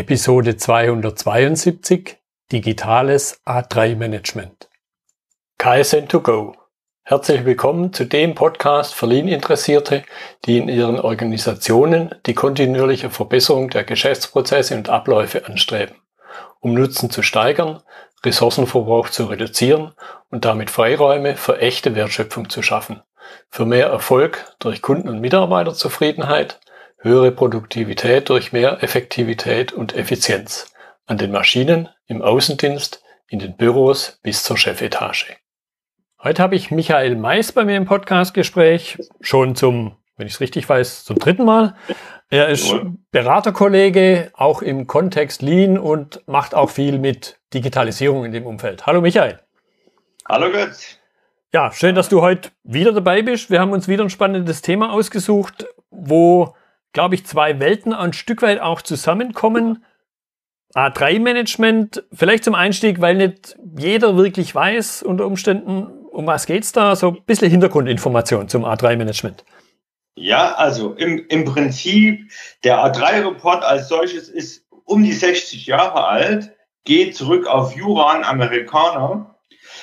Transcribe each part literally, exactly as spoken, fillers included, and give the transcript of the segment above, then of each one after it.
Episode zweihundertzweiundsiebzig Digitales A drei Management. K S N to go. Herzlich willkommen zu dem Podcast für Lean-Interessierte, die in ihren Organisationen die kontinuierliche Verbesserung der Geschäftsprozesse und Abläufe anstreben, um Nutzen zu steigern, Ressourcenverbrauch zu reduzieren und damit Freiräume für echte Wertschöpfung zu schaffen, für mehr Erfolg durch Kunden- und Mitarbeiterzufriedenheit, höhere Produktivität durch mehr Effektivität und Effizienz an den Maschinen, im Außendienst, in den Büros bis zur Chefetage. Heute habe ich Michael Mais bei mir im Podcastgespräch, schon zum, wenn ich es richtig weiß, zum dritten Mal. Er ist Beraterkollege, auch im Kontext Lean und macht auch viel mit Digitalisierung in dem Umfeld. Hallo Michael. Hallo Götz. Ja, schön, dass du heute wieder dabei bist. Wir haben uns wieder ein spannendes Thema ausgesucht, wo, glaube ich, zwei Welten ein Stück weit auch zusammenkommen. A drei Management, vielleicht zum Einstieg, weil nicht jeder wirklich weiß unter Umständen, um was geht's da, so ein bisschen Hintergrundinformation zum A drei Management. Ja, also im, im Prinzip, der A drei Report als solches ist um die sechzig Jahre alt, geht zurück auf Juran, Amerikaner.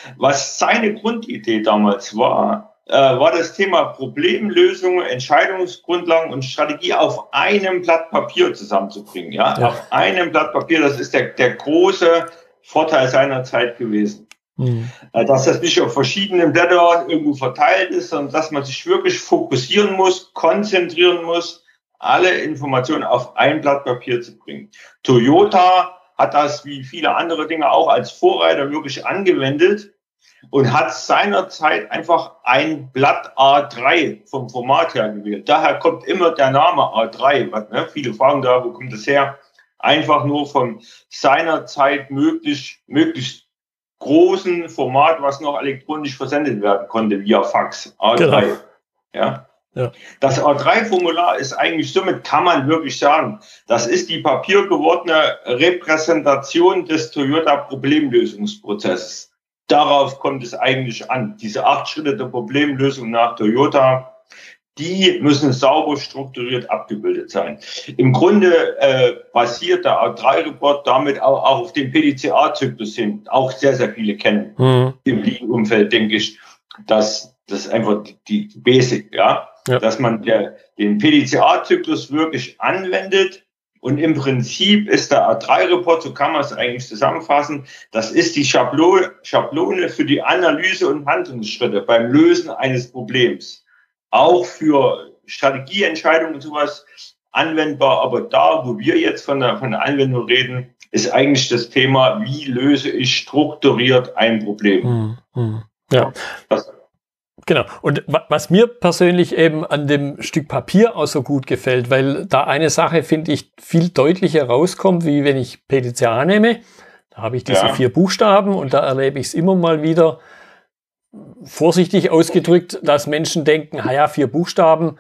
Was seine Grundidee damals war, äh, war das Thema Problemlösungen, Entscheidungsgrundlagen und Strategie auf einem Blatt Papier zusammenzubringen. Ja, ja. Auf einem Blatt Papier, das ist der, der große Vorteil seiner Zeit gewesen. Mhm. Äh, dass das nicht auf verschiedenen Blättern irgendwo verteilt ist, sondern dass man sich wirklich fokussieren muss, konzentrieren muss, alle Informationen auf ein Blatt Papier zu bringen. Toyota hat das wie viele andere Dinge auch als Vorreiter wirklich angewendet und hat seinerzeit einfach ein Blatt A drei vom Format her gewählt. Daher kommt immer der Name A drei. Was, ne? Viele fragen da, wo kommt das her? Einfach nur von seinerzeit möglich, möglichst großen Format, was noch elektronisch versendet werden konnte via Fax. A drei. Genau. Ja. Ja. Das A drei Formular ist eigentlich, somit kann man wirklich sagen, das ist die papiergewordene Repräsentation des Toyota-Problemlösungsprozesses. Darauf kommt es eigentlich an. Diese acht Schritte der Problemlösung nach Toyota, die müssen sauber strukturiert abgebildet sein. Im Grunde äh, basiert der A drei Report damit auch, auch auf dem P D C A-Zyklus hin. Auch sehr, sehr viele kennen. Mhm. Im Lean-Umfeld, denke ich, dass das ist einfach die, die Basic, ja. Ja. Dass man der, den P D C A-Zyklus wirklich anwendet. Und im Prinzip ist der A drei Report, so kann man es eigentlich zusammenfassen, das ist die Schablone, Schablone für die Analyse und Handlungsschritte beim Lösen eines Problems. Auch für Strategieentscheidungen und sowas anwendbar. Aber da, wo wir jetzt von der, von der Anwendung reden, ist eigentlich das Thema, wie löse ich strukturiert ein Problem. Hm, hm. Ja. Das, Genau. Und was mir persönlich eben an dem Stück Papier auch so gut gefällt, weil da eine Sache, finde ich, viel deutlicher rauskommt, wie wenn ich P D C A nehme. Da habe ich diese ja. vier Buchstaben und da erlebe ich es immer mal wieder, vorsichtig ausgedrückt, dass Menschen denken, ha ja, vier Buchstaben,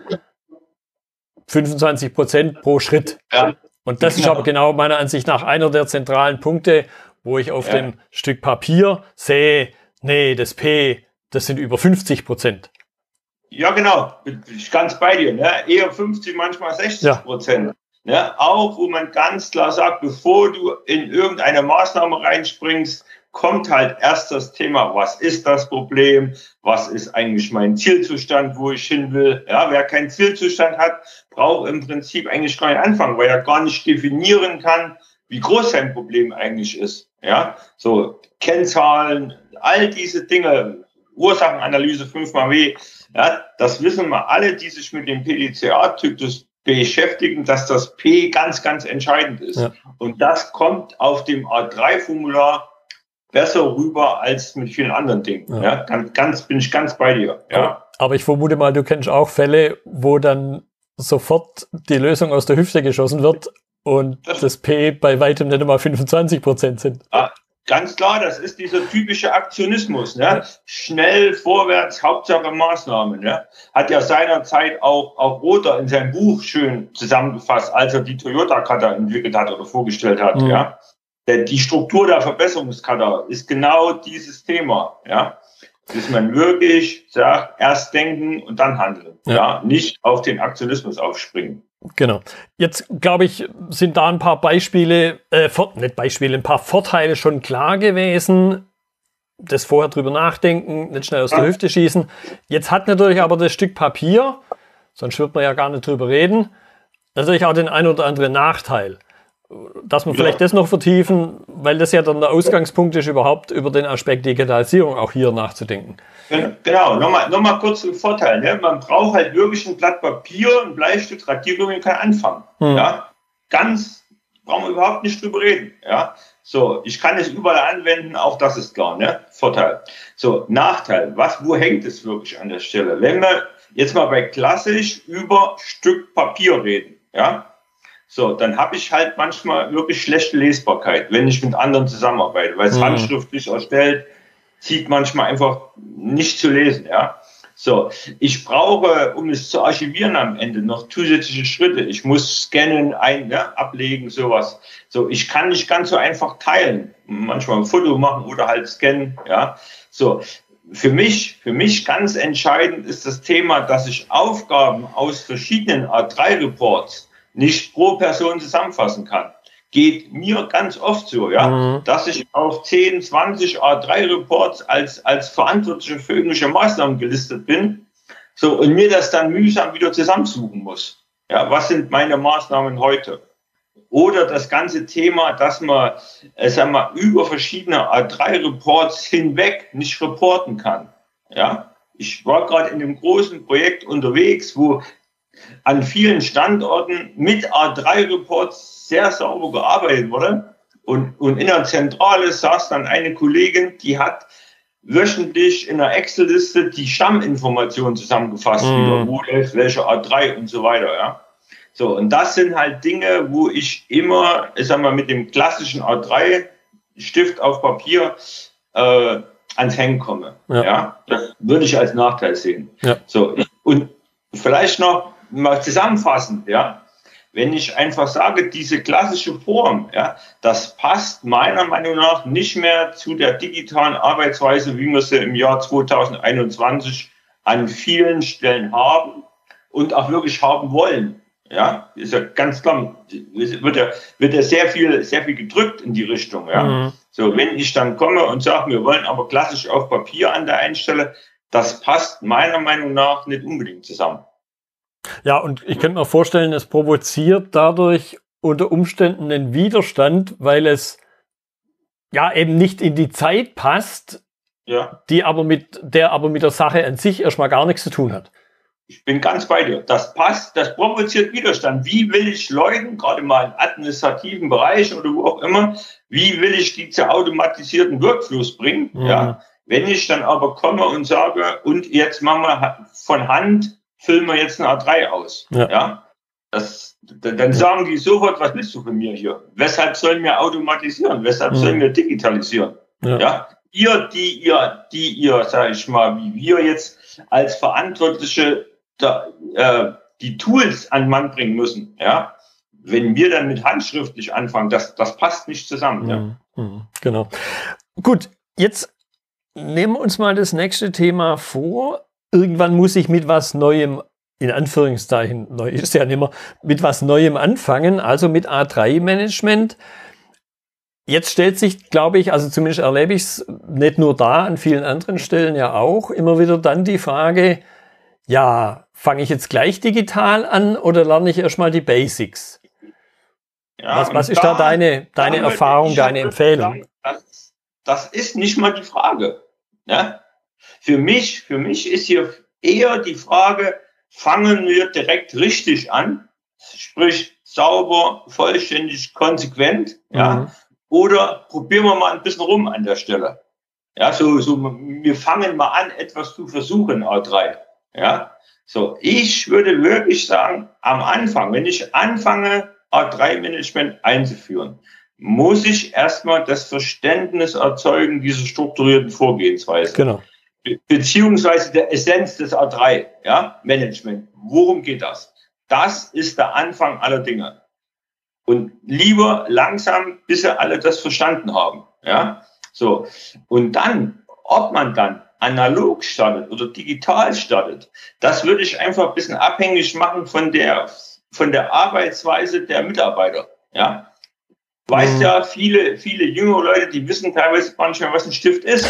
fünfundzwanzig Prozent pro Schritt. Ja. Und das ist aber genau meiner Ansicht nach einer der zentralen Punkte, wo ich auf ja. dem Stück Papier sehe, nee, das P, das sind über fünfzig Prozent. Ja, genau. Bin ich ganz bei dir. Ne? Eher fünfzig, manchmal sechzig Prozent. Ja. Ne? Auch, wo man ganz klar sagt, bevor du in irgendeine Maßnahme reinspringst, kommt halt erst das Thema, was ist das Problem? Was ist eigentlich mein Zielzustand, wo ich hin will? Ja, wer keinen Zielzustand hat, braucht im Prinzip eigentlich gar nicht anfangen, weil er gar nicht definieren kann, wie groß sein Problem eigentlich ist. Ja, so Kennzahlen, all diese Dinge, Ursachenanalyse fünf mal W, ja, das wissen wir alle, die sich mit dem P D C A-Zyklus beschäftigen, dass das P ganz, ganz entscheidend ist. Ja. Und das kommt auf dem A drei Formular besser rüber als mit vielen anderen Dingen. Ja. Ja, ganz, ganz, bin ich ganz bei dir. Ja. Aber, aber ich vermute mal, du kennst auch Fälle, wo dann sofort die Lösung aus der Hüfte geschossen wird und das, das P bei weitem nicht einmal fünfundzwanzig Prozent sind. Ah. Ganz klar, das ist dieser typische Aktionismus, ne? Schnell, vorwärts, Hauptsache Maßnahmen, ne? Hat ja seinerzeit auch, auch Rother in seinem Buch schön zusammengefasst, als er die Toyota-Cutter entwickelt hat oder vorgestellt hat, mhm. ja? Die Struktur der Verbesserungscutter ist genau dieses Thema, ja? Dass man wirklich sagt, erst denken und dann handeln, ja? Ja? Nicht auf den Aktionismus aufspringen. Genau. Jetzt, glaube ich, sind da ein paar Beispiele, äh, nicht Beispiele, ein paar Vorteile schon klar gewesen. Das vorher drüber nachdenken, nicht schnell aus der Hüfte schießen. Jetzt hat natürlich aber das Stück Papier, sonst wird man ja gar nicht drüber reden, natürlich auch den einen oder anderen Nachteil. Dass wir vielleicht ja. das noch vertiefen, weil das ja dann der Ausgangspunkt ist, überhaupt über den Aspekt Digitalisierung auch hier nachzudenken. Genau, nochmal noch mal kurz zum Vorteil. Ne? Man braucht halt wirklich ein Blatt Papier, ein Bleistift, Radiergummi, kann anfangen. Hm. Ja? Ganz, brauchen wir überhaupt nicht drüber reden. Ja? So, ich kann es überall anwenden, auch das ist klar, ne? Vorteil. So, Nachteil, was, wo hängt es wirklich an der Stelle? Wenn wir jetzt mal bei klassisch über Stück Papier reden, ja, so, dann habe ich halt manchmal wirklich schlechte Lesbarkeit, wenn ich mit anderen zusammenarbeite, weil es mhm. handschriftlich erstellt, zieht manchmal einfach nicht zu lesen, ja. So, ich brauche, um es zu archivieren am Ende, noch zusätzliche Schritte. Ich muss scannen, ein, ne, ablegen, sowas. So, ich kann nicht ganz so einfach teilen. Manchmal ein Foto machen oder halt scannen, ja. So, für mich, für mich ganz entscheidend ist das Thema, dass ich Aufgaben aus verschiedenen A drei Reports nicht pro Person zusammenfassen kann. Geht mir ganz oft so, ja, mhm. dass ich auf zehn, zwanzig A drei Reports als, als Verantwortliche für irgendwelche Maßnahmen gelistet bin, so, und mir das dann mühsam wieder zusammensuchen muss. Ja, was sind meine Maßnahmen heute? Oder das ganze Thema, dass man, äh, sagen wir, über verschiedene A drei Reports hinweg nicht reporten kann. Ja, ich war gerade in einem großen Projekt unterwegs, wo an vielen Standorten mit A drei Reports sehr sauber gearbeitet wurde. Und, und in der Zentrale saß dann eine Kollegin, die hat wöchentlich in der Excel-Liste die Stamminformationen zusammengefasst, mhm. wieder, wo ist welche A drei und so weiter, ja. So, und das sind halt Dinge, wo ich immer, ich sag mal, mit dem klassischen A drei Stift auf Papier äh, ans Hängen komme. Ja. ja, das würde ich als Nachteil sehen. Ja. So, und vielleicht noch mal zusammenfassend, ja, wenn ich einfach sage, diese klassische Form, ja, das passt meiner Meinung nach nicht mehr zu der digitalen Arbeitsweise, wie wir sie im Jahr zweitausendeinundzwanzig an vielen Stellen haben und auch wirklich haben wollen. Ja, ist ja ganz klar, wird ja, wird ja sehr viel, sehr viel gedrückt in die Richtung, ja. Mhm. So, wenn ich dann komme und sage, wir wollen aber klassisch auf Papier an der einen Stelle, das passt meiner Meinung nach nicht unbedingt zusammen. Ja, und ich könnte mir vorstellen, es provoziert dadurch unter Umständen einen Widerstand, weil es ja eben nicht in die Zeit passt, ja. die aber mit der aber mit der Sache an sich erstmal gar nichts zu tun hat. Ich bin ganz bei dir. Das passt, das provoziert Widerstand. Wie will ich Leuten, gerade mal im administrativen Bereich oder wo auch immer, wie will ich die zu automatisierten Workflows bringen? Mhm. Ja, wenn ich dann aber komme und sage, und jetzt machen wir von Hand, füllen wir jetzt ein A drei aus. Ja, ja das, dann sagen die sofort, was willst du von mir hier? Weshalb sollen wir automatisieren? Weshalb mhm. sollen wir digitalisieren? Ja. ja, ihr, die ihr, die ihr, sag ich mal, wie wir jetzt als Verantwortliche da, äh, die Tools an den Mann bringen müssen, ja, wenn wir dann mit handschriftlich anfangen, das, das passt nicht zusammen. Mhm. Ja. Mhm. Genau. Gut, jetzt nehmen wir uns mal das nächste Thema vor. Irgendwann muss ich mit was Neuem, in Anführungszeichen, neu ist ja nicht mehr, mit was Neuem anfangen, also mit A drei Management. Jetzt stellt sich, glaube ich, also zumindest erlebe ich es nicht nur da, an vielen anderen Stellen ja auch, immer wieder dann die Frage, ja, fange ich jetzt gleich digital an oder lerne ich erstmal die Basics? Ja, was was ist da, da deine, deine Erfahrung, deine Empfehlung? Sagen, das, das ist nicht mal die Frage. Ja? Für mich, für mich ist hier eher die Frage, fangen wir direkt richtig an, sprich sauber, vollständig, konsequent, mhm. ja, oder probieren wir mal ein bisschen rum an der Stelle. Ja, so, so, wir fangen mal an, etwas zu versuchen, A drei. Ja, so, ich würde wirklich sagen, am Anfang, wenn ich anfange, A drei Management einzuführen, muss ich erstmal das Verständnis erzeugen dieser strukturierten Vorgehensweise. Genau. Be- beziehungsweise der Essenz des A drei, ja, Management. Worum geht das? Das ist der Anfang aller Dinge. Und lieber langsam, bis sie alle das verstanden haben, ja. So. Und dann, ob man dann analog startet oder digital startet, das würde ich einfach ein bisschen abhängig machen von der von der Arbeitsweise der Mitarbeiter. Ja, weißt mhm. ja, viele, viele junge Leute, die wissen teilweise manchmal, was ein Stift ist.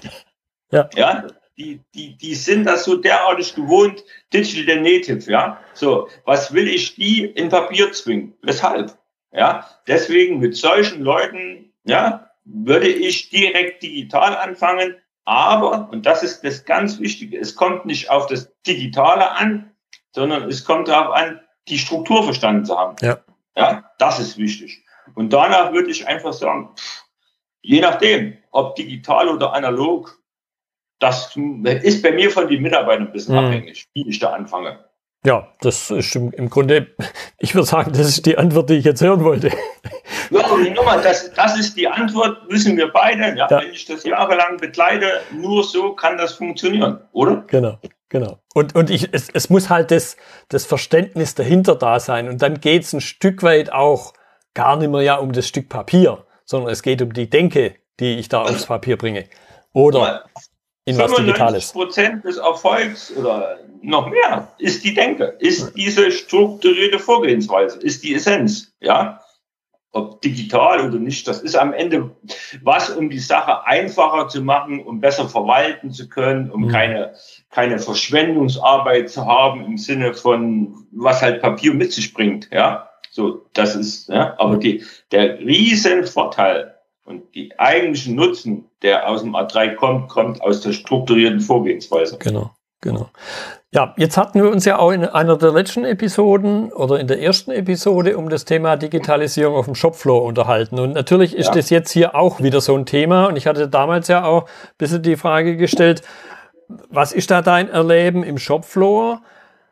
ja. ja. Die, die, die sind das so derartig gewohnt, Digital Native, ja. So, was will ich die in Papier zwingen? Weshalb? Ja, deswegen mit solchen Leuten, ja, würde ich direkt digital anfangen. Aber, und das ist das ganz Wichtige, es kommt nicht auf das Digitale an, sondern es kommt darauf an, die Struktur verstanden zu haben. Ja. Ja, das ist wichtig. Und danach würde ich einfach sagen, je nachdem, ob digital oder analog, das ist bei mir von den Mitarbeitern ein bisschen mhm. abhängig, wie ich da anfange. Ja, das ist im Grunde, ich würde sagen, das ist die Antwort, die ich jetzt hören wollte. Ja, und nochmal, das, das ist die Antwort, wissen wir beide. Ja, ja. Wenn ich das jahrelang begleite, nur so kann das funktionieren, oder? Genau, genau. Und, und ich, es, es muss halt das, das Verständnis dahinter da sein. Und dann geht es ein Stück weit auch gar nicht mehr ja um das Stück Papier, sondern es geht um die Denke, die ich da aufs Papier bringe. Oder in was Digitales. fünfundneunzig Prozent des Erfolgs oder noch mehr ist die Denke, ist diese strukturierte Vorgehensweise, ist die Essenz, ja. Ob digital oder nicht, das ist am Ende was, um die Sache einfacher zu machen, um besser verwalten zu können, um mhm. keine, keine Verschwendungsarbeit zu haben im Sinne von, was halt Papier mit sich bringt, ja. So, das ist, ja, aber die, der riesen Vorteil und die eigentlichen Nutzen, der aus dem A drei kommt, kommt aus der strukturierten Vorgehensweise. Genau, genau. Ja, jetzt hatten wir uns ja auch in einer der letzten Episoden oder in der ersten Episode um das Thema Digitalisierung auf dem Shopfloor unterhalten. Und natürlich ist ja. das jetzt hier auch wieder so ein Thema. Und ich hatte damals ja auch ein bisschen die Frage gestellt, was ist da dein Erleben im Shopfloor?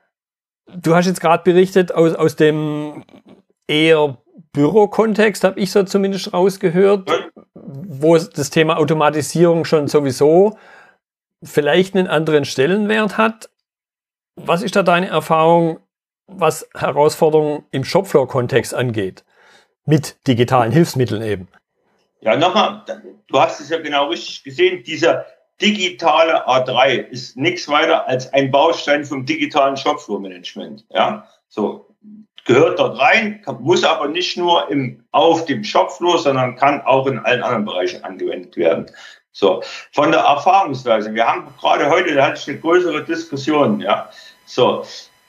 Du hast jetzt gerade berichtet aus, aus dem eher Bürokontext, habe ich so zumindest rausgehört, wo das Thema Automatisierung schon sowieso vielleicht einen anderen Stellenwert hat. Was ist da deine Erfahrung, was Herausforderungen im Shopfloor-Kontext angeht? Mit digitalen Hilfsmitteln eben. Ja, nochmal, du hast es ja genau richtig gesehen, dieser digitale A drei ist nichts weiter als ein Baustein vom digitalen Shopfloor-Management. Ja, so gehört dort rein, muss aber nicht nur im, auf dem Shopfloor, sondern kann auch in allen anderen Bereichen angewendet werden. So, von der Erfahrungsweise, wir haben gerade heute, da hatte ich eine größere Diskussion, ja. So,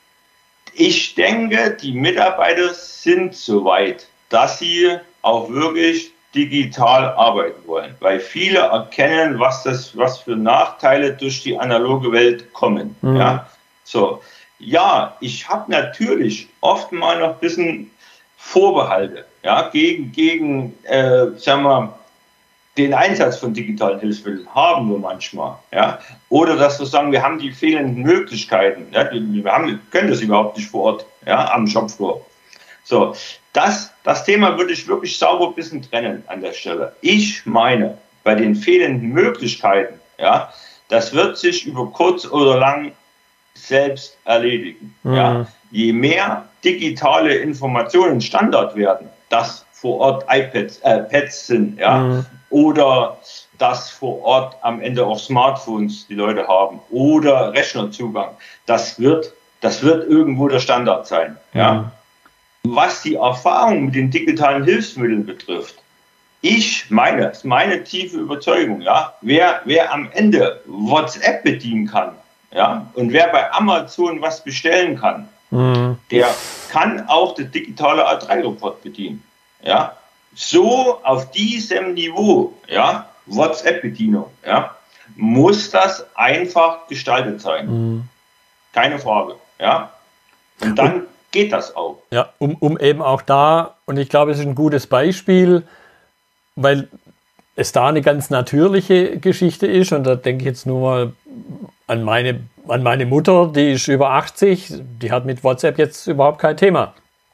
ich denke, die Mitarbeiter sind so weit, dass sie auch wirklich digital arbeiten wollen, weil viele erkennen, was das, was für Nachteile durch die analoge Welt kommen, mhm. ja. So, ja, ich habe natürlich oft mal noch ein bisschen Vorbehalte, ja, gegen, gegen, äh, sagen wir, den Einsatz von digitalen Hilfsmitteln haben wir manchmal, ja, oder dass wir sagen, wir haben die fehlenden Möglichkeiten, ja, wir haben, können das überhaupt nicht vor Ort, ja, am Shopfloor. So, das, das Thema würde ich wirklich sauber ein bisschen trennen an der Stelle. Ich meine, bei den fehlenden Möglichkeiten, ja, das wird sich über kurz oder lang selbst erledigen. Mhm. Ja. Je mehr digitale Informationen Standard werden, dass vor Ort iPads, äh, Pads sind, ja, mhm. oder dass vor Ort am Ende auch Smartphones die Leute haben oder Rechnerzugang, das wird, das wird irgendwo der Standard sein. Mhm. Ja. Was die Erfahrung mit den digitalen Hilfsmitteln betrifft, ich meine, das ist meine tiefe Überzeugung, ja, wer, wer am Ende WhatsApp bedienen kann, ja, und wer bei Amazon was bestellen kann, mhm. der kann auch das digitale A drei Report bedienen. Ja, so auf diesem Niveau, ja, WhatsApp-Bedienung, ja, muss das einfach gestaltet sein. Mhm. Keine Frage, ja. Und dann und, geht das auch. Ja, um, um eben auch da, und ich glaube, es ist ein gutes Beispiel, weil es da eine ganz natürliche Geschichte ist, und da denke ich jetzt nur mal an meine, an meine Mutter, die ist über achtzig, die hat mit WhatsApp jetzt überhaupt kein Thema.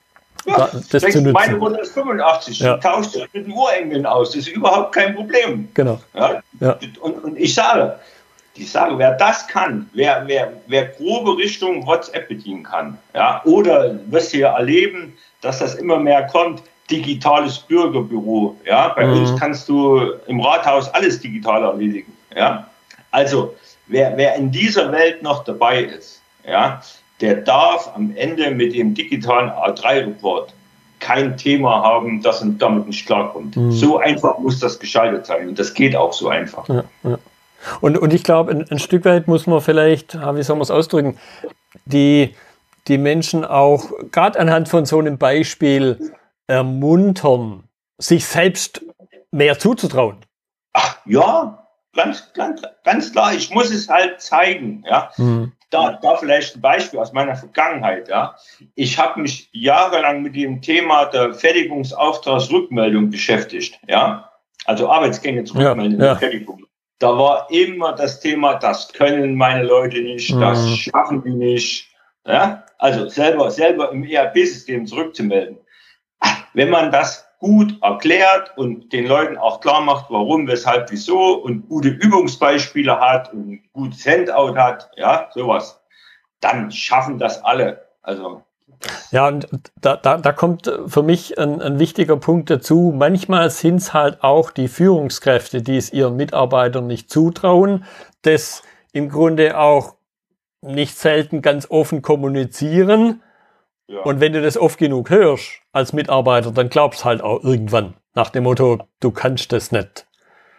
Ja, das zu nutzen. Meine Mutter ist fünfundachtzig, ja. Die tauscht sich mit den Urenkeln aus, das ist überhaupt kein Problem. Genau. Ja? Ja. Und, und ich sage, ich sage, wer das kann, wer, wer, wer grobe Richtung WhatsApp bedienen kann, ja, oder wirst du ja erleben, dass das immer mehr kommt, digitales Bürgerbüro, ja, bei mhm. uns kannst du im Rathaus alles digital erledigen, ja. Also, wer, wer in dieser Welt noch dabei ist, ja, der darf am Ende mit dem digitalen A drei Report kein Thema haben, das damit nicht klarkommt. Mhm. So einfach muss das geschaltet sein und das geht auch so einfach. Ja, ja. Und, und ich glaube, ein, ein Stück weit muss man vielleicht, wie soll man es ausdrücken, die, die Menschen auch gerade anhand von so einem Beispiel ermuntern, sich selbst mehr zuzutrauen. Ach ja, ganz, ganz, ganz klar. Ich muss es halt zeigen. Ja. Mhm. Da, da vielleicht ein Beispiel aus meiner Vergangenheit. Ja. Ich habe mich jahrelang mit dem Thema der Fertigungsauftragsrückmeldung beschäftigt. Ja. Also Arbeitsgänge zurückmelden ja, in der ja. Fertigung. Da war immer das Thema, das können meine Leute nicht, mhm. das schaffen die nicht. Ja. Also selber, selber im E R P-System zurückzumelden. Wenn man das gut erklärt und den Leuten auch klar macht, warum, weshalb, wieso und gute Übungsbeispiele hat und ein gutes Handout hat, ja, sowas, dann schaffen das alle. Also ja, und da, da, da kommt für mich ein, ein wichtiger Punkt dazu. Manchmal sind es halt auch die Führungskräfte, die es ihren Mitarbeitern nicht zutrauen, das im Grunde auch nicht selten ganz offen kommunizieren. Ja. Und wenn du das oft genug hörst als Mitarbeiter, dann glaubst du halt auch irgendwann nach dem Motto, du kannst das nicht.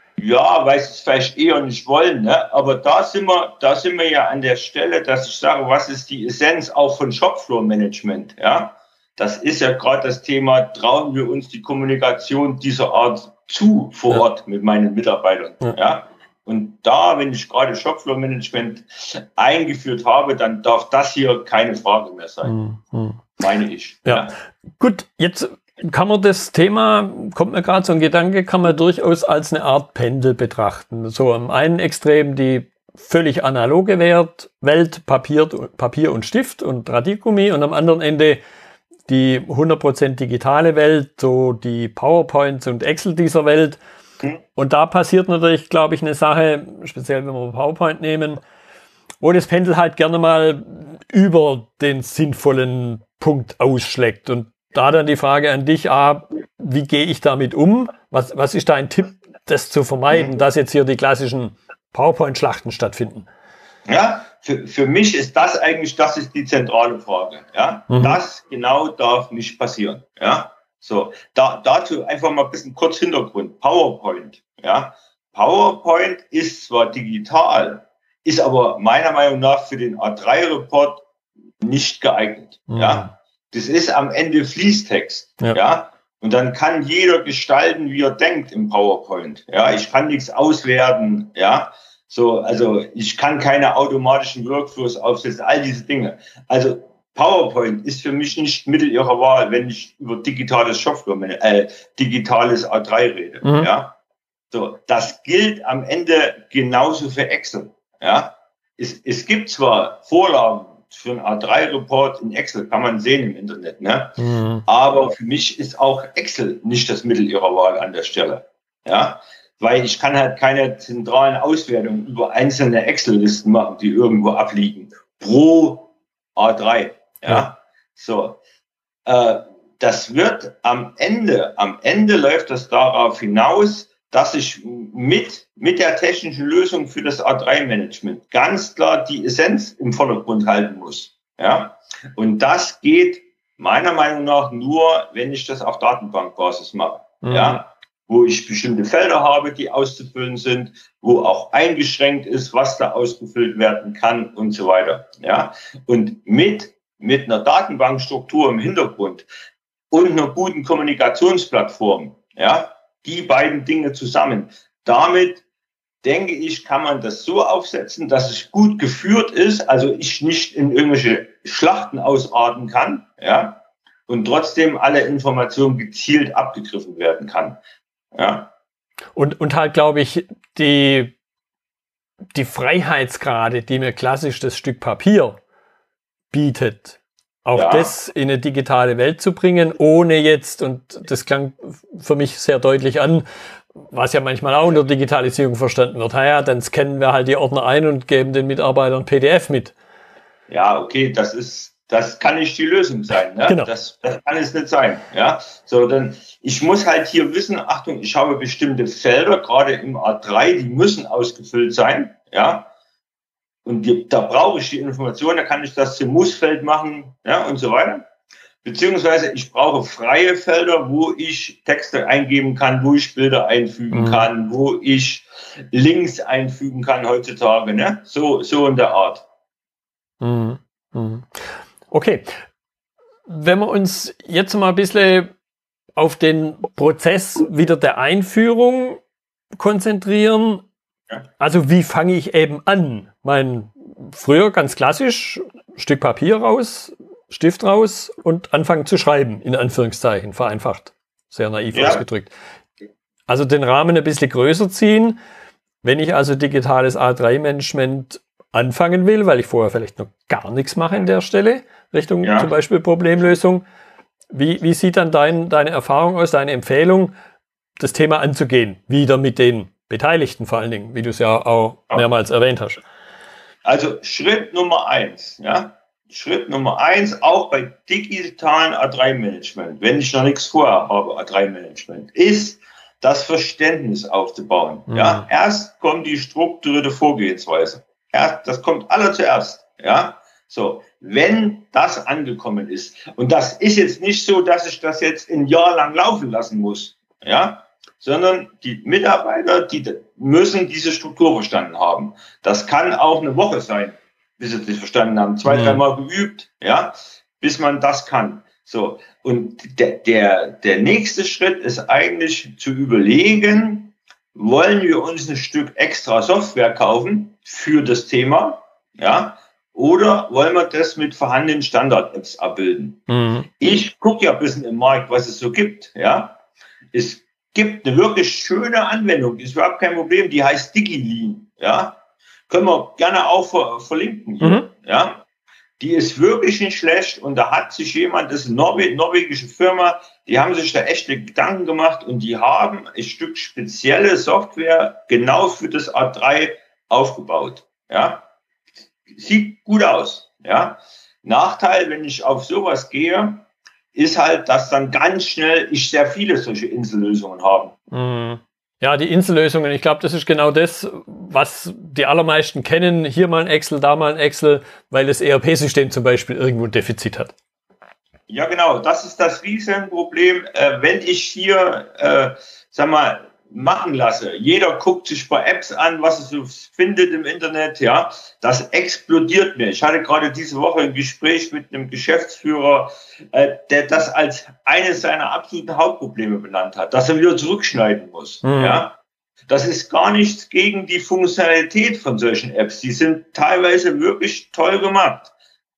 Ja, weil sie es vielleicht eher nicht wollen, ne? Aber da sind wir, da sind wir ja an der Stelle, dass ich sage, was ist die Essenz auch von Shopfloor-Management, ja? Das ist ja gerade das Thema, trauen wir uns die Kommunikation dieser Art zu vor ja. Ort mit meinen Mitarbeitern, ja? ja? Und da, wenn ich gerade Shopfloor-Management eingeführt habe, dann darf das hier keine Frage mehr sein, mhm. meine ich. Ja. ja, gut, jetzt kann man das Thema, kommt mir gerade so ein Gedanke, kann man durchaus als eine Art Pendel betrachten. So am einen Extrem die völlig analoge Welt, Welt Papier, Papier und Stift und Radiergummi und am anderen Ende die hundert Prozent digitale Welt, so die PowerPoints und Excel dieser Welt. Und da passiert natürlich, glaube ich, eine Sache, speziell wenn wir PowerPoint nehmen, wo das Pendel halt gerne mal über den sinnvollen Punkt ausschlägt. Und da dann die Frage an dich, A, wie gehe ich damit um? Was, was ist dein Tipp, das zu vermeiden, dass jetzt hier die klassischen PowerPoint-Schlachten stattfinden? Ja, für, für mich ist das eigentlich, das ist die zentrale Frage. Ja, mhm. Das genau darf nicht passieren. Ja, so, da, dazu einfach mal ein bisschen kurz Hintergrund. PowerPoint. Ja, PowerPoint ist zwar digital, ist aber meiner Meinung nach für den A drei Report nicht geeignet. Mhm. Ja. Das ist am Ende Fließtext, ja. ja. Und dann kann jeder gestalten, wie er denkt im PowerPoint. Ja, ich kann nichts auswerten, ja. So, also ich kann keine automatischen Workflows aufsetzen, all diese Dinge. Also PowerPoint ist für mich nicht Mittel ihrer Wahl, wenn ich über digitales Shopfloor, äh, digitales A drei rede, mhm. ja. So, das gilt am Ende genauso für Excel, ja. Es, es gibt zwar Vorlagen für einen A drei Report in Excel, kann man sehen im Internet, ne? Mhm. Aber für mich ist auch Excel nicht das Mittel ihrer Wahl an der Stelle, ja, weil ich kann halt keine zentralen Auswertungen über einzelne Excel-Listen machen, die irgendwo abliegen pro A drei, ja, ja. So, äh, das wird am Ende, am Ende läuft das darauf hinaus, dass ich mit, mit der technischen Lösung für das A drei Management ganz klar die Essenz im Vordergrund halten muss. Ja? Und das geht meiner Meinung nach nur, wenn ich das auf Datenbankbasis mache. Mhm. Ja? Wo ich bestimmte Felder habe, die auszufüllen sind, wo auch eingeschränkt ist, was da ausgefüllt werden kann und so weiter. Ja? Und mit, mit einer Datenbankstruktur im Hintergrund und einer guten Kommunikationsplattform, ja, die beiden Dinge zusammen. Damit, denke ich, kann man das so aufsetzen, dass es gut geführt ist, also ich nicht in irgendwelche Schlachten ausarten kann, ja, und trotzdem alle Informationen gezielt abgegriffen werden kann, ja. Und, und halt, glaube ich, die, die Freiheitsgrade, die mir klassisch das Stück Papier bietet, auch ja. das in eine digitale Welt zu bringen, ohne jetzt, und das klang für mich sehr deutlich an, was ja manchmal auch unter Digitalisierung verstanden wird, naja, dann scannen wir halt die Ordner ein und geben den Mitarbeitern P D F mit. Ja, okay, das ist, das kann nicht die Lösung sein, ne? Genau. Das, das kann es nicht sein, ja. So, dann, ich muss halt hier wissen, Achtung, ich habe bestimmte Felder, gerade im A drei, die müssen ausgefüllt sein, ja. und die, da brauche ich die Information, da kann ich das zum Mussfeld machen, ja, und so weiter. Beziehungsweise ich brauche freie Felder, wo ich Texte eingeben kann, wo ich Bilder einfügen mhm. kann, wo ich Links einfügen kann heutzutage, ne? So, so in der Art. Mhm. Mhm. Okay. Wenn wir uns jetzt mal ein bisschen auf den Prozess wieder der Einführung konzentrieren, ja. Also wie fange ich eben an? Mein, früher ganz klassisch, Stück Papier raus, Stift raus und anfangen zu schreiben, in Anführungszeichen, vereinfacht. Sehr naiv ja. ausgedrückt. Also den Rahmen ein bisschen größer ziehen. Wenn ich also digitales A drei Management anfangen will, weil ich vorher vielleicht noch gar nichts mache an der Stelle, Richtung ja. zum Beispiel Problemlösung. Wie, wie sieht dann dein, deine Erfahrung aus, deine Empfehlung, das Thema anzugehen? Wieder mit den Beteiligten vor allen Dingen, wie du es ja auch mehrmals erwähnt hast. Also Schritt Nummer eins, ja. Schritt Nummer eins, auch bei digitalen A drei Management, wenn ich noch nichts vorher habe, A drei Management, ist das Verständnis aufzubauen. Mhm. Ja, erst kommt die strukturierte Vorgehensweise. Erst, das kommt aller zuerst. Ja, so. Wenn das angekommen ist, und das ist jetzt nicht so, dass ich das jetzt ein Jahr lang laufen lassen muss, ja, sondern die Mitarbeiter, die müssen diese Struktur verstanden haben. Das kann auch eine Woche sein, bis sie das verstanden haben. Zwei, mhm. dreimal geübt, ja, bis man das kann. So. Und der, der, der nächste Schritt ist eigentlich zu überlegen, wollen wir uns ein Stück extra Software kaufen für das Thema, ja, oder wollen wir das mit vorhandenen Standard-Apps abbilden? Mhm. Ich gucke ja ein bisschen im Markt, was es so gibt, ja. Es gibt eine wirklich schöne Anwendung, ist überhaupt kein Problem, die heißt DigiLean, ja. Können wir gerne auch ver verlinken hier, mhm. ja. Die ist wirklich nicht schlecht und da hat sich jemand, das ist eine Norwe norwegische Firma, die haben sich da echte Gedanken gemacht und die haben ein Stück spezielle Software genau für das A drei aufgebaut, ja. Sieht gut aus, ja. Nachteil, wenn ich auf sowas gehe, ist halt, dass dann ganz schnell ich sehr viele solche Insellösungen habe. Mhm. Ja, die Insellösungen, ich glaube, das ist genau das, was die allermeisten kennen. Hier mal ein Excel, da mal ein Excel, weil das E R P-System zum Beispiel irgendwo ein Defizit hat. Ja, genau. Das ist das Riesenproblem. Äh, wenn ich hier, äh, sag mal, machen lasse, jeder guckt sich bei Apps an, was es so findet im Internet, ja, das explodiert mir. Ich hatte gerade diese Woche ein Gespräch mit einem Geschäftsführer, äh, der das als eines seiner absoluten Hauptprobleme benannt hat, dass er wieder zurückschneiden muss, mhm. ja. Das ist gar nichts gegen die Funktionalität von solchen Apps. Die sind teilweise wirklich toll gemacht,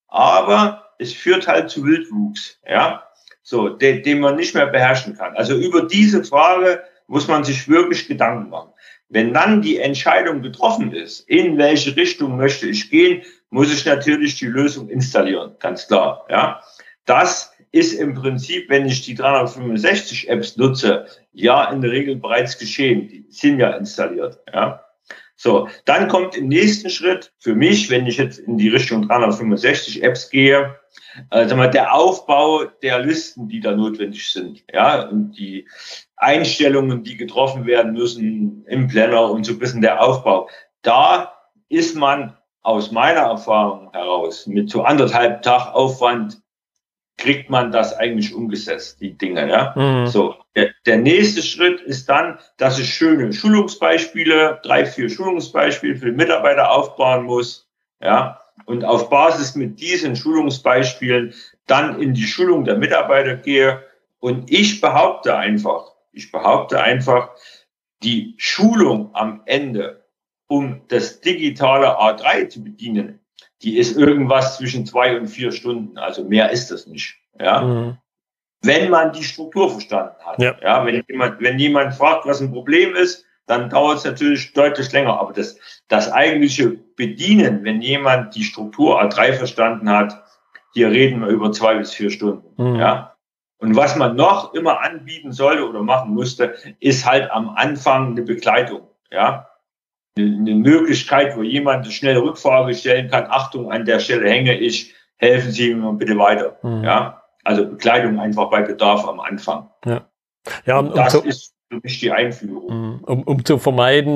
aber es führt halt zu Wildwuchs, ja, so, den, den man nicht mehr beherrschen kann. Also über diese Frage muss man sich wirklich Gedanken machen. Wenn dann die Entscheidung getroffen ist, in welche Richtung möchte ich gehen, muss ich natürlich die Lösung installieren, ganz klar. Ja, das ist im Prinzip, wenn ich die dreihundertfünfundsechzig Apps nutze, ja in der Regel bereits geschehen. Die sind ja installiert. Ja, so, dann kommt im nächsten Schritt für mich, wenn ich jetzt in die Richtung dreihundertfünfundsechzig Apps gehe, äh, sag mal, der Aufbau der Listen, die da notwendig sind. Ja, und die Einstellungen, die getroffen werden müssen im Planner und so ein bisschen der Aufbau. Da ist man aus meiner Erfahrung heraus mit so anderthalb Tag Aufwand kriegt man das eigentlich umgesetzt, die Dinge, ja. Mhm. So. Der, der nächste Schritt ist dann, dass ich schöne Schulungsbeispiele, drei, vier Schulungsbeispiele für Mitarbeiter aufbauen muss, ja. Und auf Basis mit diesen Schulungsbeispielen dann in die Schulung der Mitarbeiter gehe. Und ich behaupte einfach, Ich behaupte einfach, die Schulung am Ende, um das digitale A drei zu bedienen, die ist irgendwas zwischen zwei und vier Stunden. Also mehr ist das nicht. Ja, mhm. Wenn man die Struktur verstanden hat. Ja, ja wenn jemand, wenn jemand fragt, was ein Problem ist, dann dauert es natürlich deutlich länger. Aber das, das eigentliche Bedienen, wenn jemand die Struktur A drei verstanden hat, hier reden wir über zwei bis vier Stunden. Mhm. Ja. Und was man noch immer anbieten sollte oder machen musste, ist halt am Anfang eine Begleitung, ja. Eine Möglichkeit, wo jemand eine schnelle Rückfrage stellen kann. Achtung, an der Stelle hänge ich, helfen Sie mir bitte weiter, mhm. ja. Also Begleitung einfach bei Bedarf am Anfang. Ja. Ja, um, das um ist für mich die Einführung. Um, um zu vermeiden,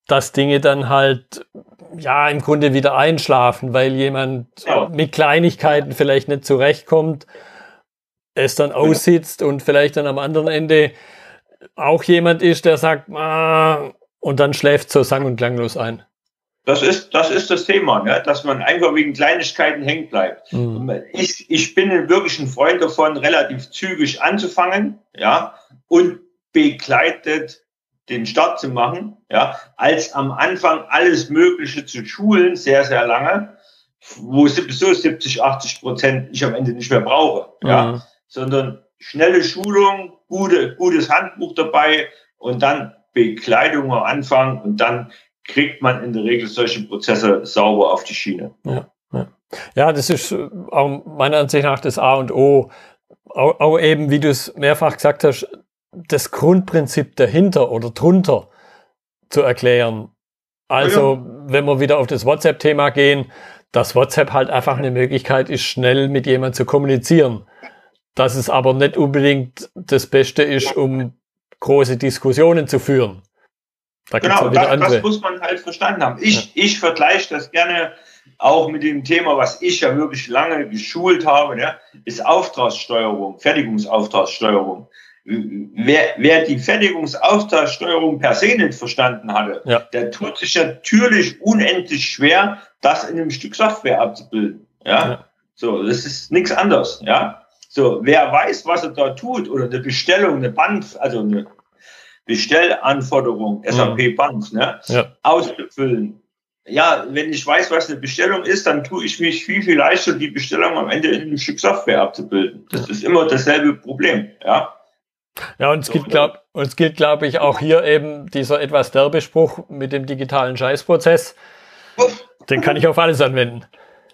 dass Dinge dann halt, ja, im Grunde wieder einschlafen, weil jemand ja. mit Kleinigkeiten vielleicht nicht zurechtkommt, es dann aussitzt und vielleicht dann am anderen Ende auch jemand ist, der sagt, ah, und dann schläft so sang- und klanglos ein. Das ist, das ist das Thema, ne? Dass man einfach wegen Kleinigkeiten hängen bleibt. Mhm. Ich, ich bin wirklich ein Freund davon, relativ zügig anzufangen, ja, und begleitet den Start zu machen, ja, als am Anfang alles Mögliche zu schulen, sehr, sehr lange, wo sowieso siebzig, achtzig Prozent ich am Ende nicht mehr brauche, mhm. ja, sondern schnelle Schulung, gute, gutes Handbuch dabei und dann Begleitung am Anfang und dann kriegt man in der Regel solche Prozesse sauber auf die Schiene. Ja, ja. ja das ist auch meiner Ansicht nach das A und O. Auch, auch eben, wie du es mehrfach gesagt hast, das Grundprinzip dahinter oder drunter zu erklären. Also, ja. wenn wir wieder auf das WhatsApp-Thema gehen, dass WhatsApp halt einfach eine Möglichkeit ist, schnell mit jemandem zu kommunizieren. Dass es aber nicht unbedingt das Beste ist, um große Diskussionen zu führen. Da genau, das, das muss man halt verstanden haben. Ich, ja. ich vergleiche das gerne auch mit dem Thema, was ich ja wirklich lange geschult habe, ne, ist Auftragssteuerung, Fertigungsauftragssteuerung. Wer, wer die Fertigungsauftragssteuerung per se nicht verstanden hatte, ja. der tut sich natürlich unendlich schwer, das in einem Stück Software abzubilden. Ja, ja. So, das ist nichts anderes. Ja, so, wer weiß, was er da tut oder eine Bestellung, eine Band, also eine Bestellanforderung, S A P-Band, ne, ja. ausfüllen. Ja, wenn ich weiß, was eine Bestellung ist, dann tue ich mich viel, viel leichter, die Bestellung am Ende in einem Stück Software abzubilden. Das ist immer dasselbe Problem, ja. Ja, und es gilt, glaube es gilt, glaube ich, auch hier eben dieser etwas derbe Spruch mit dem digitalen Scheißprozess. Den kann ich auf alles anwenden.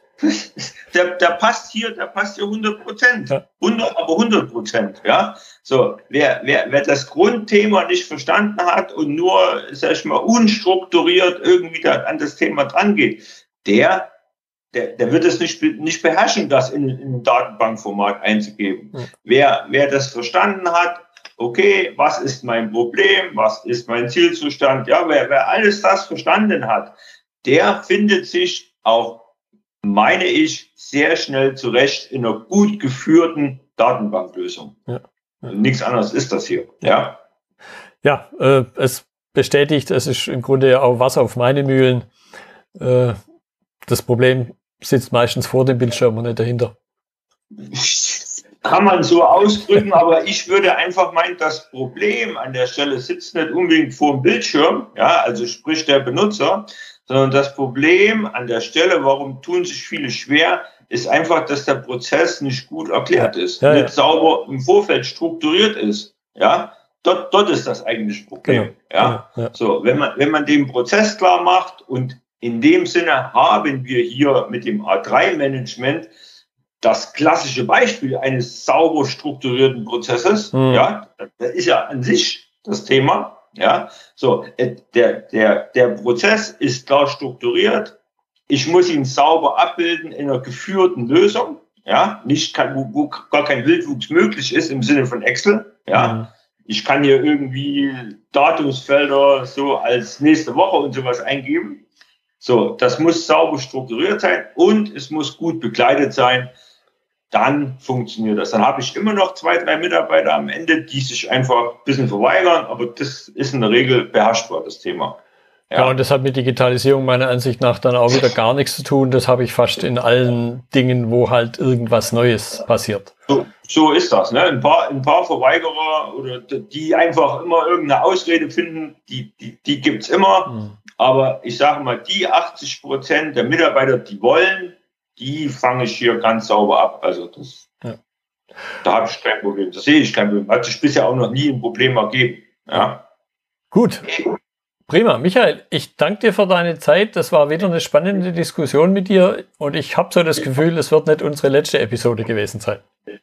Der, der passt hier, der passt hier hundert Prozent. Ja. hundert, aber hundert Prozent, ja. So, wer, wer, wer das Grundthema nicht verstanden hat und nur, sag ich mal, unstrukturiert irgendwie da an das Thema dran geht, der, der, der wird es nicht, nicht beherrschen, das in, in ein Datenbankformat einzugeben. Ja. Wer, wer das verstanden hat, okay, was ist mein Problem, was ist mein Zielzustand, ja, wer, wer alles das verstanden hat, der findet sich auch, meine ich, sehr schnell zurecht in einer gut geführten Datenbanklösung. Ja. Ja. Nichts anderes ist das hier. Ja, ja äh, es bestätigt, es ist im Grunde ja auch Wasser auf meine Mühlen. Äh, das Problem sitzt meistens vor dem Bildschirm und nicht dahinter. Kann man so ausdrücken, aber ich würde einfach meinen, das Problem an der Stelle sitzt nicht unbedingt vor dem Bildschirm, ja, also sprich der Benutzer, sondern das Problem an der Stelle, warum tun sich viele schwer, ist einfach, dass der Prozess nicht gut erklärt ist, ja, ja. nicht sauber im Vorfeld strukturiert ist. Ja, dort, dort ist das eigentliche Problem. Genau. Ja? Ja, ja. So, wenn man, wenn man den Prozess klar macht und in dem Sinne haben wir hier mit dem A drei Management das klassische Beispiel eines sauber strukturierten Prozesses. Mhm. Ja, das ist ja an sich das Thema. Ja, so, der, der, der Prozess ist klar strukturiert. Ich muss ihn sauber abbilden in einer geführten Lösung. Ja, nicht kann, wo, wo gar kein Wildwuchs möglich ist im Sinne von Excel. Ja, mhm. Ich kann hier irgendwie Datumsfelder so als nächste Woche und sowas eingeben. So, das muss sauber strukturiert sein und es muss gut begleitet sein. Dann funktioniert das. Dann habe ich immer noch zwei, drei Mitarbeiter am Ende, die sich einfach ein bisschen verweigern, aber das ist in der Regel beherrschbar, das Thema. Ja, ja, und das hat mit Digitalisierung meiner Ansicht nach dann auch wieder gar nichts zu tun. Das habe ich fast in allen Dingen, wo halt irgendwas Neues passiert. So, so ist das. Ne? Ein paar, ein paar Verweigerer oder die einfach immer irgendeine Ausrede finden, die, die, die gibt's immer. Mhm. Aber ich sage mal, die achtzig Prozent der Mitarbeiter, die wollen, die fange ich hier ganz sauber ab. Also das, ja. Da habe ich kein Problem. Das sehe ich kein Problem. Hat sich bisher auch noch nie ein Problem ergeben. Ja. Gut. Prima. Michael, ich danke dir für deine Zeit. Das war wieder eine spannende Diskussion mit dir. Und ich habe so das Gefühl, es wird nicht unsere letzte Episode gewesen sein.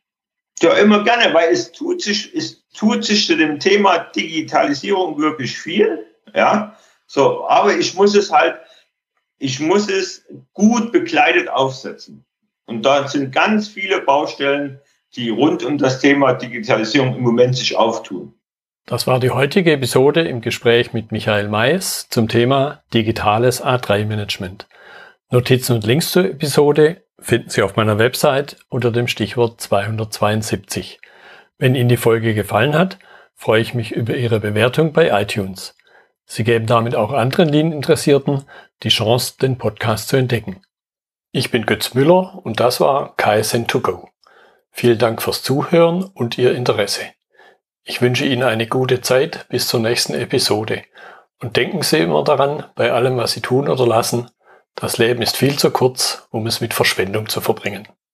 Ja, immer gerne, weil es tut sich, es tut sich zu dem Thema Digitalisierung wirklich viel. Ja. So, aber ich muss es halt Ich muss es gut begleitet aufsetzen. Und da sind ganz viele Baustellen, die rund um das Thema Digitalisierung im Moment sich auftun. Das war die heutige Episode im Gespräch mit Michael Mais zum Thema digitales A drei Management. Notizen und Links zur Episode finden Sie auf meiner Website unter dem Stichwort zweihundertzweiundsiebzig. Wenn Ihnen die Folge gefallen hat, freue ich mich über Ihre Bewertung bei iTunes. Sie geben damit auch anderen Lean-Interessierten die Chance, den Podcast zu entdecken. Ich bin Götz Müller und das war K S N to go. Vielen Dank fürs Zuhören und Ihr Interesse. Ich wünsche Ihnen eine gute Zeit bis zur nächsten Episode. Und denken Sie immer daran, bei allem, was Sie tun oder lassen, das Leben ist viel zu kurz, um es mit Verschwendung zu verbringen.